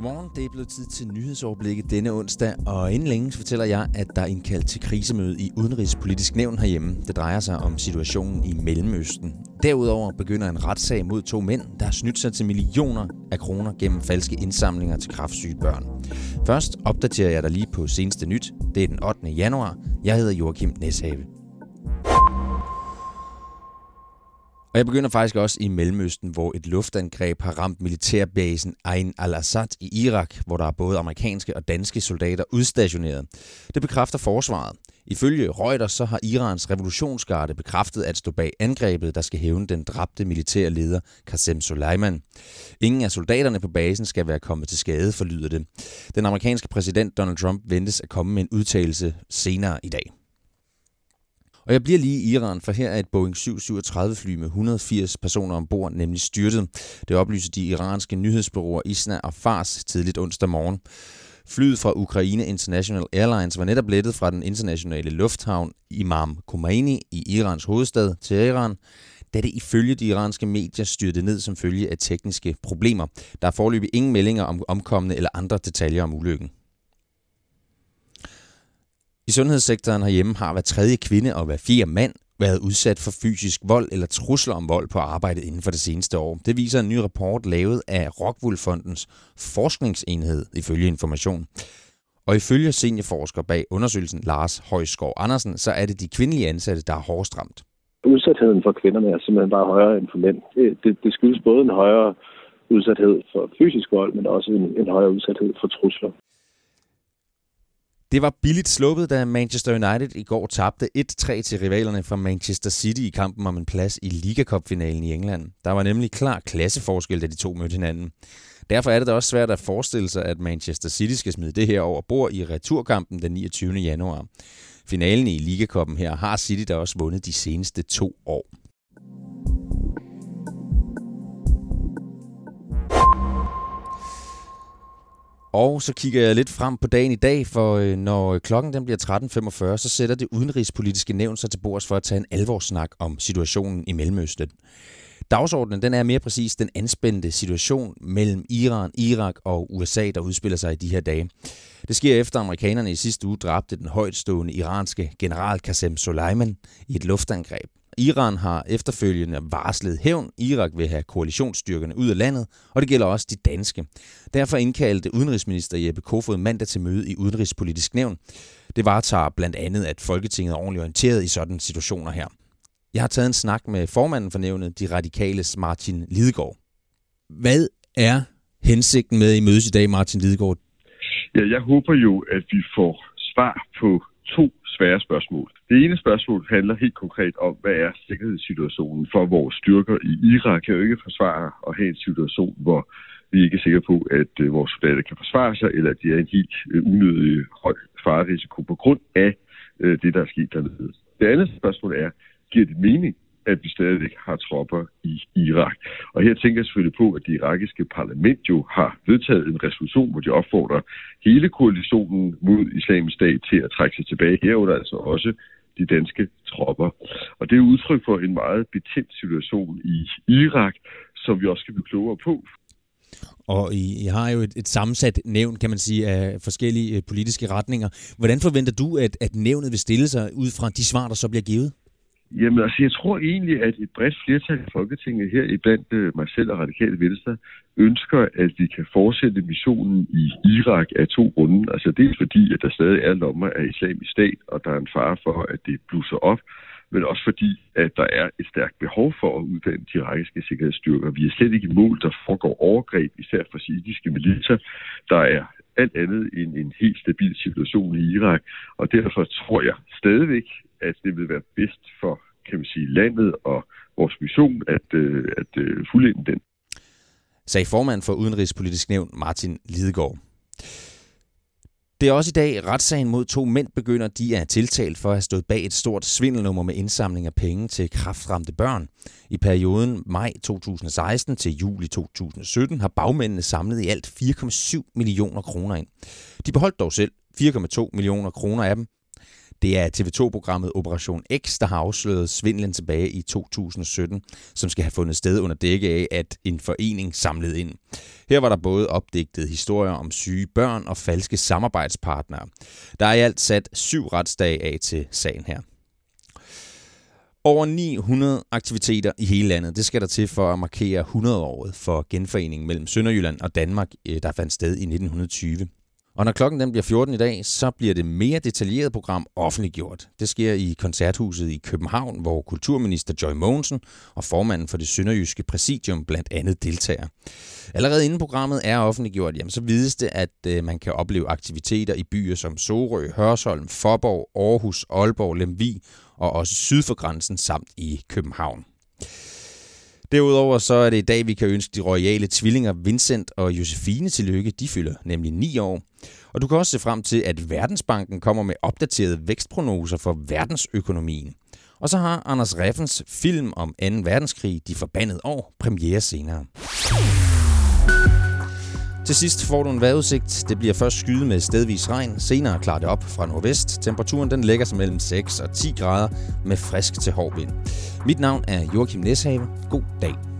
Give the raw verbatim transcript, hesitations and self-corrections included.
Godmorgen, det er blevet tid til nyhedsoverblikket denne onsdag, og inden længe fortæller jeg, at der er indkaldt til krisemøde i Udenrigspolitisk Nævn herhjemme. Det drejer sig om situationen i Mellemøsten. Derudover begynder en retssag mod to mænd, der har snydt sig til millioner af kroner gennem falske indsamlinger til kræftsyge børn. Først opdaterer jeg dig lige på seneste nyt. Det er den ottende januar. Jeg hedder Joachim Næshave. Og jeg begynder faktisk også i Mellemøsten, hvor et luftangreb har ramt militærbasen Ain al-Assad i Irak, hvor der er både amerikanske og danske soldater udstationeret. Det bekræfter forsvaret. Ifølge Reuters så har Irans revolutionsgarde bekræftet at stå bag angrebet, der skal hævne den dræbte militære leder Qasem Soleimani. Ingen af soldaterne på basen skal være kommet til skade, forlyder det. Den amerikanske præsident Donald Trump ventes at komme med en udtalelse senere i dag. Og jeg bliver lige i Iran, for her er et Boeing syv syvogtredive fly med et hundrede og firs personer ombord nemlig styrtet. Det oplyser de iranske nyhedsbureauer Isna og Fars tidligt onsdag morgen. Flyet fra Ukraine International Airlines var netop lettet fra den internationale lufthavn Imam Khomeini i Irans hovedstad Teheran, da det ifølge de iranske medier styrtede ned som følge af tekniske problemer. Der er foreløbig ingen meldinger om omkomne eller andre detaljer om ulykken. I sundhedssektoren herhjemme har hver tredje kvinde og hver fjerde mand været udsat for fysisk vold eller trusler om vold på arbejdet inden for det seneste år. Det viser en ny rapport lavet af Rockwool Fondens forskningsenhed ifølge Information. Og ifølge seniorforsker bag undersøgelsen Lars Højskov Andersen, så er det de kvindelige ansatte, der er hårdest ramt. Udsatheden for kvinderne er simpelthen bare højere end for mænd. Det, det, det skyldes både en højere udsathed for fysisk vold, men også en, en højere udsathed for trusler. Det var billigt sluppet, da Manchester United i går tabte et tre til rivalerne fra Manchester City i kampen om en plads i Liga Cup-finalen i England. Der var nemlig klar klasseforskel, da de to mødte hinanden. Derfor er det da også svært at forestille sig, at Manchester City skal smide det her over bord i returkampen den niogtyvende januar. Finalen i Liga Cup'en her har City da også vundet de seneste to år. Og så kigger jeg lidt frem på dagen i dag, for når klokken den bliver tretten femogfyrre, så sætter det Udenrigspolitiske Nævn sig til bords for at tage en alvorssnak om situationen i Mellemøsten. Dagsordenen den er mere præcis den anspændte situation mellem Iran, Irak og U S A, der udspiller sig i de her dage. Det sker efter amerikanerne i sidste uge dræbte den højtstående iranske general Qasem Soleimani i et luftangreb. Iran har efterfølgende varslet hævn. Irak vil have koalitionsstyrkerne ud af landet, og det gælder også de danske. Derfor indkaldte udenrigsminister Jeppe Kofod mandag til møde i Udenrigspolitisk Nævn. Det varetager blandt andet, at Folketinget er ordentligt orienteret i sådan situationer her. Jeg har taget en snak med formanden for nævnet, de radikales Martin Lidegaard. Hvad er hensigten med, at I mødes i dag, Martin Lidegaard? Ja, jeg håber jo, at vi får svar på to svære spørgsmål. Det ene spørgsmål handler helt konkret om, hvad er sikkerhedssituationen for vores styrker i Irak. Kan jo ikke forsvare at have en situation, hvor vi ikke er sikre på, at vores soldater kan forsvare sig, eller at de er en helt unødig høj farerisiko på grund af det, der er sket dernede. Det andet spørgsmål er, giver det mening, at vi stadigvæk har tropper i Irak? Og her tænker jeg selvfølgelig på, at det irakiske parlament jo har vedtaget en resolution, hvor de opfordrer hele koalitionen mod Islamisk Stat til at trække sig tilbage. Herunder altså også de danske tropper. Og det er udtryk for en meget betændt situation i Irak, som vi også skal blive klogere på. Og I, I har jo et, et sammensat nævn, kan man sige, af forskellige uh, politiske retninger. Hvordan forventer du, at, at nævnet vil stille sig ud fra de svar, der så bliver givet? Jamen altså, jeg tror egentlig, at et bredt flertal i Folketinget her iblandt uh, mig selv og Radikale Venstre ønsker, at vi kan fortsætte missionen i Irak af to grunde. Altså dels fordi, at der stadig er lommer af Islamisk Stat, og der er en fare for, at det blusser op, men også fordi, at der er et stærkt behov for at uddanne de irakiske sikkerhedsstyrker. Vi er slet ikke i mål, der foregår overgreb, især for shiitiske militser. Der er alt andet end en helt stabil situation i Irak, og derfor tror jeg stadigvæk, at det vil være bedst for, kan man sige, landet og vores mission at, øh, at øh, fuldende den. Sagde formand for Udenrigspolitisk Nævn Martin Lidegaard. Det er også i dag, retssagen mod to mænd begynder. De er tiltalt for at have stået bag et stort svindelnummer med indsamling af penge til kræftramte børn. I perioden maj to tusind og seksten til juli to tusind og sytten har bagmændene samlet i alt fire komma syv millioner kroner ind. De beholdt dog selv fire komma to millioner kroner af dem. Det er T V to-programmet Operation X, der har afsløret svindlen tilbage i to tusind og sytten, som skal have fundet sted under dække af, at en forening samlede ind. Her var der både opdigtet historier om syge børn og falske samarbejdspartnere. Der er i alt sat syv retsdage af til sagen her. Over ni hundrede aktiviteter i hele landet, det skal der til for at markere hundrede-året for genforeningen mellem Sønderjylland og Danmark, der fandt sted i nitten tyve. Og når klokken den bliver fjorten i dag, så bliver det mere detaljeret program offentliggjort. Det sker i Koncerthuset i København, hvor kulturminister Joy Mogensen og formanden for det sønderjyske præsidium blandt andet deltager. Allerede inden programmet er offentliggjort, jamen, så vides det, at øh, man kan opleve aktiviteter i byer som Sorø, Hørsholm, Faaborg, Aarhus, Aalborg, Lemvig og også syd for grænsen samt i København. Derudover så er det i dag, vi kan ønske de royale tvillinger Vincent og Josefine tillykke. De fylder nemlig ni år. Og du kan også se frem til, at Verdensbanken kommer med opdaterede vækstprognoser for verdensøkonomien. Og så har Anders Reffens film om anden verdenskrig, De forbandede år, premiere senere. Til sidst får du en vejrudsigt. Det bliver først skyet med stedvis regn, senere klarer det op fra nordvest. Temperaturen den lægger sig mellem seks og ti grader med frisk til hård vind. Mit navn er Joachim Næshave. God dag.